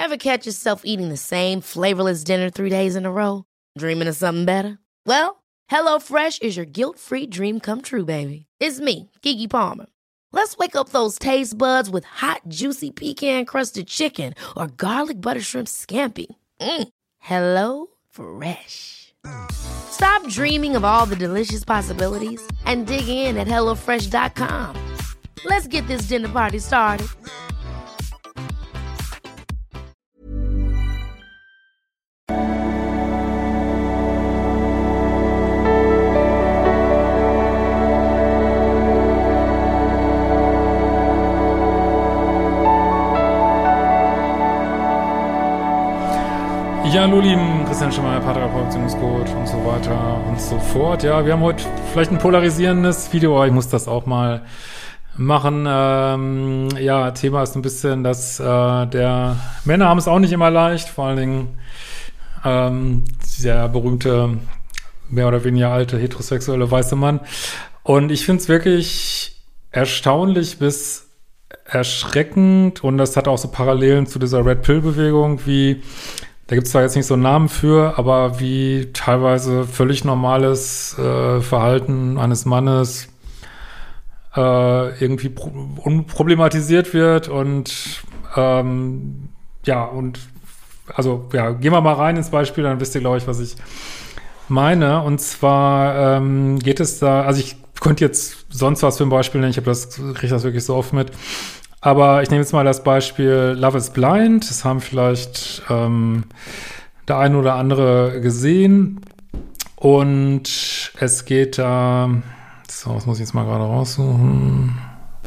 Ever catch yourself eating the same flavorless dinner 3 days in a row? Dreaming of something better? Well, HelloFresh is your guilt-free dream come true, baby. It's me, Keke Palmer. Let's wake up those taste buds with hot, juicy pecan-crusted chicken or garlic butter shrimp scampi. Hello Fresh. Stop dreaming of all the delicious possibilities and dig in at HelloFresh.com. Let's get this dinner party started. Ja, hallo lieben, Christian Schemeier, Paartherapeut, Beziehungscoach und so weiter und so fort. Ja, wir haben heute vielleicht ein polarisierendes Video, aber ich muss das auch mal machen. Ja, Thema ist ein bisschen, dass der Männer haben es auch nicht immer leicht, vor allen Dingen der berühmte, mehr oder weniger alte, heterosexuelle weiße Mann. Und ich finde es wirklich erstaunlich bis erschreckend, und das hat auch so Parallelen zu dieser Red Pill-Bewegung, wie da gibt es zwar jetzt nicht so einen Namen für, aber wie teilweise völlig normales Verhalten eines Mannes irgendwie unproblematisiert wird. Und ja, und also ja, gehen wir mal rein ins Beispiel, dann wisst ihr, glaube ich, was ich meine. Und zwar geht es da, also ich könnte jetzt sonst was für ein Beispiel nennen, kriege das wirklich so oft mit. Aber ich nehme jetzt mal das Beispiel Love is Blind. Das haben vielleicht der eine oder andere gesehen. Und es geht da, so, das muss ich jetzt mal gerade raussuchen.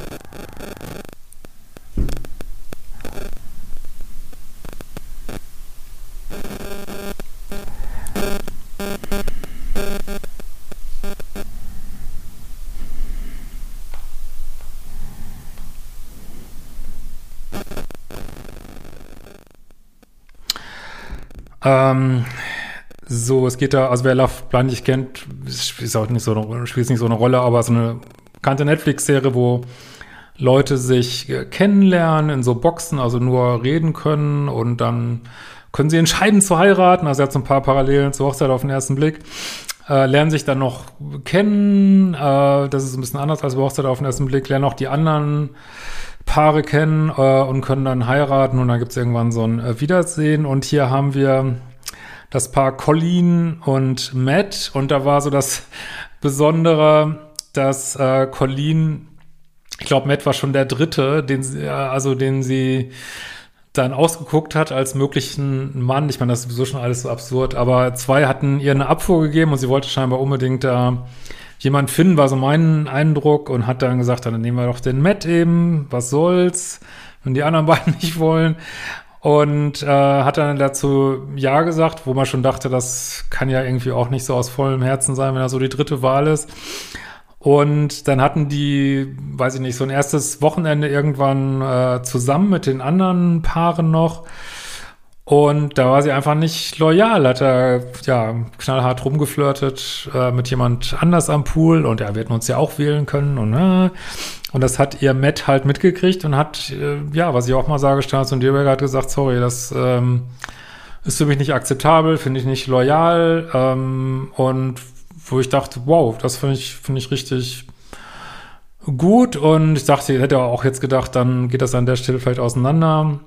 So, es geht da, also wer Love Blind nicht kennt, spielt nicht so eine Rolle, aber so eine bekannte Netflix-Serie, wo Leute sich kennenlernen in so Boxen, also nur reden können, und dann können sie entscheiden zu heiraten. Also er hat so ein paar Parallelen zur Hochzeit auf den ersten Blick. Lernen sich dann noch kennen, das ist ein bisschen anders als bei Hochzeit auf den ersten Blick, lernen auch die anderen Paare kennen und können dann heiraten, und dann gibt es irgendwann so ein Wiedersehen. Und hier haben wir das Paar Colleen und Matt, und da war so das Besondere, dass Colleen, ich glaube, Matt war schon der dritte, den sie dann ausgeguckt hat als möglichen Mann. Ich meine, das ist sowieso schon alles so absurd, aber 2 hatten ihr eine Abfuhr gegeben, und sie wollte scheinbar unbedingt da jemand finden, war so mein Eindruck, und hat dann gesagt, dann nehmen wir doch den Matt eben, was soll's, wenn die anderen beiden nicht wollen. Und hat dann dazu Ja gesagt, wo man schon dachte, das kann ja irgendwie auch nicht so aus vollem Herzen sein, wenn er so die dritte Wahl ist. Und dann hatten die, weiß ich nicht, so ein erstes Wochenende irgendwann zusammen mit den anderen Paaren noch. Und da war sie einfach nicht loyal, hat er ja knallhart rumgeflirtet mit jemand anders am Pool, und ja, wir hätten uns ja auch wählen können, und das hat ihr Matt halt mitgekriegt und hat, ja, was ich auch mal sage, Staats und Dierberger hat gesagt, sorry, das ist für mich nicht akzeptabel, finde ich nicht loyal, und wo ich dachte, wow, das finde ich richtig gut, und ich dachte, ich hätte auch jetzt gedacht, dann geht das an der Stelle vielleicht auseinander,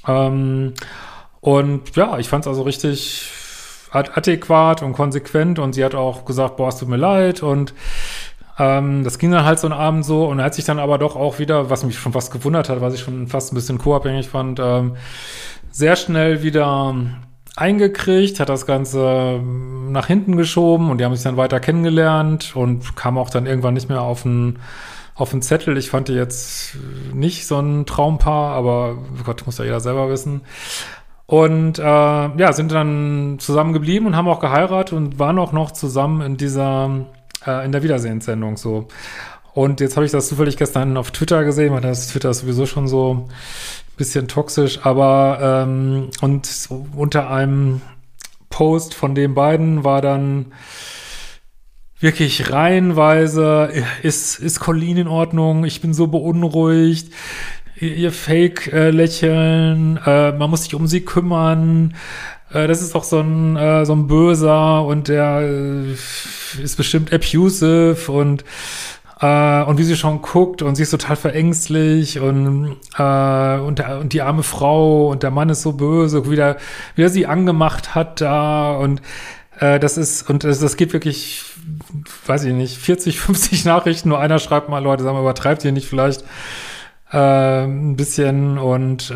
und ja, ich fand es also richtig adäquat und konsequent, und sie hat auch gesagt, boah, es tut mir leid, und das ging dann halt so einen Abend so, und er hat sich dann aber doch auch wieder, was mich schon fast gewundert hat, was ich schon fast ein bisschen co-abhängig fand, sehr schnell wieder eingekriegt, hat das Ganze nach hinten geschoben, und die haben sich dann weiter kennengelernt und kam auch dann irgendwann nicht mehr auf den Zettel. Ich fand die jetzt nicht so ein Traumpaar, aber Gott, muss ja jeder selber wissen. Und ja, sind dann zusammen geblieben und haben auch geheiratet und waren auch noch zusammen in der Wiedersehenssendung so. Und jetzt habe ich das zufällig gestern auf Twitter gesehen, weil das Twitter ist sowieso schon so ein bisschen toxisch, aber und unter einem Post von den beiden war dann wirklich reihenweise, ist Colleen in Ordnung? Ich bin so beunruhigt. ihr Fake-Lächeln, man muss sich um sie kümmern, das ist doch so ein Böser und der ist bestimmt abusive und wie sie schon guckt und sie ist total verängstlich und die arme Frau und der Mann ist so böse, wie er sie angemacht hat da und das geht wirklich, weiß ich nicht, 40, 50 Nachrichten, nur einer schreibt mal, Leute, sagen wir, übertreibt ihr nicht vielleicht ein bisschen und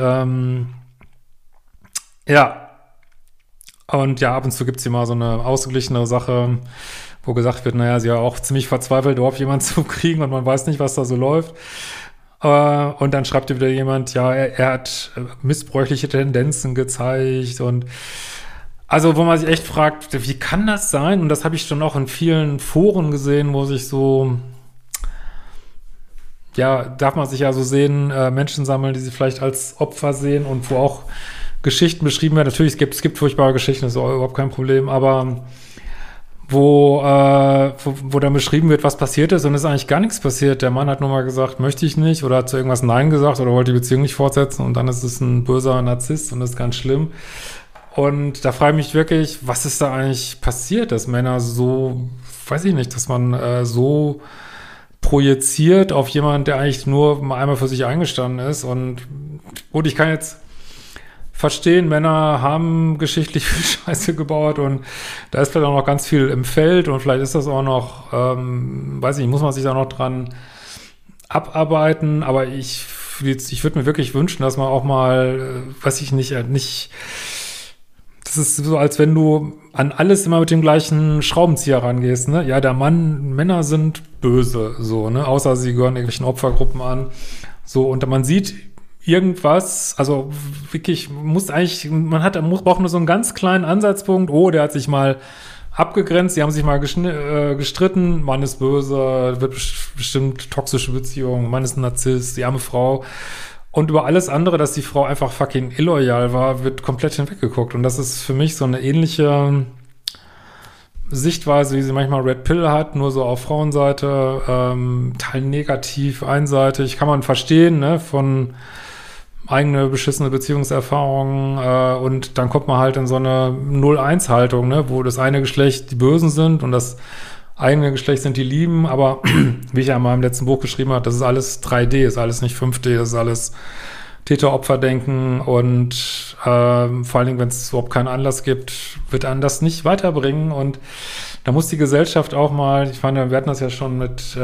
ja. Und ja, ab und zu gibt's hier mal so eine ausgeglichenere Sache, wo gesagt wird, naja, sie ja auch ziemlich verzweifelt, überhaupt jemanden zu kriegen und man weiß nicht, was da so läuft. Und dann schreibt wieder jemand, ja, er hat missbräuchliche Tendenzen gezeigt und also, wo man sich echt fragt, wie kann das sein? Und das habe ich schon auch in vielen Foren gesehen, wo sich so, ja, darf man sich ja so sehen, Menschen sammeln, die sie vielleicht als Opfer sehen und wo auch Geschichten beschrieben werden. Natürlich, es gibt furchtbare Geschichten, das ist überhaupt kein Problem, aber wo dann beschrieben wird, was passiert ist und es ist eigentlich gar nichts passiert. Der Mann hat nur mal gesagt, möchte ich nicht oder hat zu irgendwas Nein gesagt oder wollte die Beziehung nicht fortsetzen und dann ist es ein böser Narzisst und das ist ganz schlimm. Und da frage ich mich wirklich, was ist da eigentlich passiert, dass Männer so, weiß ich nicht, dass man so projiziert auf jemanden, der eigentlich nur mal einmal für sich eingestanden ist. Und gut, ich kann jetzt verstehen, Männer haben geschichtlich viel Scheiße gebaut und da ist vielleicht auch noch ganz viel im Feld und vielleicht ist das auch noch, weiß ich nicht, muss man sich da noch dran abarbeiten, aber ich würde mir wirklich wünschen, dass man auch mal, weiß ich nicht, das ist so, als wenn du an alles immer mit dem gleichen Schraubenzieher rangehst, ne? Ja, Männer sind böse, so, ne? Außer sie gehören irgendwelchen Opfergruppen an. So, und man sieht irgendwas, also wirklich, braucht nur so einen ganz kleinen Ansatzpunkt. Oh, der hat sich mal abgegrenzt, die haben sich mal gestritten, Mann ist böse, wird bestimmt toxische Beziehung, Mann ist ein Narzisst, die arme Frau. Und über alles andere, dass die Frau einfach fucking illoyal war, wird komplett hinweggeguckt. Und das ist für mich so eine ähnliche Sichtweise, wie sie manchmal Red Pill hat, nur so auf Frauenseite, Teil negativ, einseitig. Kann man verstehen, ne, von eigene beschissene Beziehungserfahrungen. Und dann kommt man halt in so eine 0-1-Haltung, ne, wo das eine Geschlecht die Bösen sind und das eigene Geschlecht sind die Lieben, aber wie ich ja mal im letzten Buch geschrieben habe, das ist alles 3D, ist alles nicht 5D, das ist alles Täter-Opfer-Denken und vor allen Dingen, wenn es überhaupt keinen Anlass gibt, wird einen das nicht weiterbringen und da muss die Gesellschaft auch mal, ich meine, wir hatten das ja schon mit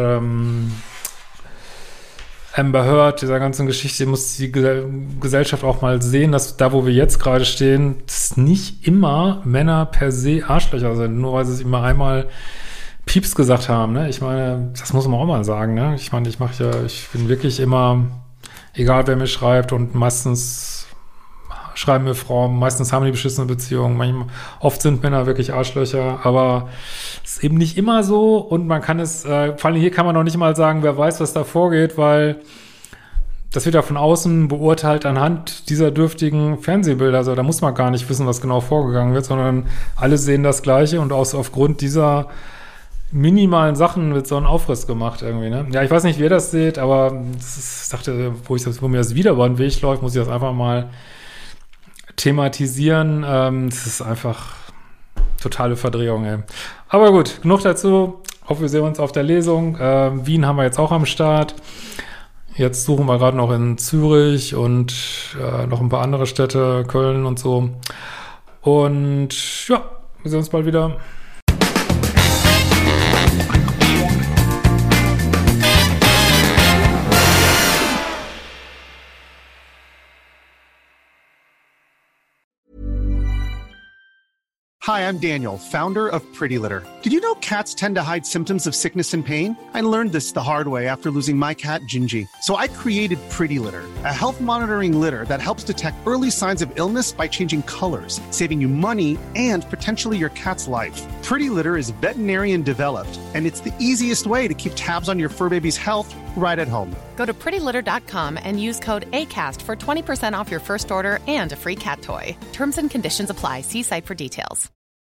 Amber Heard, dieser ganzen Geschichte, muss die Gesellschaft auch mal sehen, dass da, wo wir jetzt gerade stehen, dass nicht immer Männer per se Arschlöcher sind, nur weil sie es immer einmal Pieps gesagt haben, ne? Ich meine, das muss man auch mal sagen, ne? Ich meine, ich bin wirklich immer, egal wer mir schreibt und meistens schreiben mir Frauen, meistens haben die beschissene Beziehungen, oft sind Männer wirklich Arschlöcher, aber es ist eben nicht immer so und man kann es, vor allem hier kann man noch nicht mal sagen, wer weiß, was da vorgeht, weil das wird ja von außen beurteilt anhand dieser dürftigen Fernsehbilder, also da muss man gar nicht wissen, was genau vorgegangen wird, sondern alle sehen das Gleiche und aufgrund dieser minimalen Sachen wird so ein Aufriss gemacht irgendwie, ne? Ja, ich weiß nicht, wie ihr das seht, aber ich dachte, wo mir das wieder über den Weg läuft, muss ich das einfach mal thematisieren. Das ist einfach totale Verdrehung, ey. Aber gut, genug dazu. Hoffe, wir sehen uns auf der Lesung. Wien haben wir jetzt auch am Start. Jetzt suchen wir gerade noch in Zürich und noch ein paar andere Städte, Köln und so. Und ja, wir sehen uns bald wieder. Hi, I'm Daniel, founder of Pretty Litter. Did you know cats tend to hide symptoms of sickness and pain? I learned this the hard way after losing my cat, Gingy. So I created Pretty Litter, a health monitoring litter that helps detect early signs of illness by changing colors, saving you money and potentially your cat's life. Pretty Litter is veterinarian developed, and it's the easiest way to keep tabs on your fur baby's health right at home. Go to prettylitter.com and use code ACAST for 20% off your first order and a free cat toy. Terms and conditions apply. See site for details.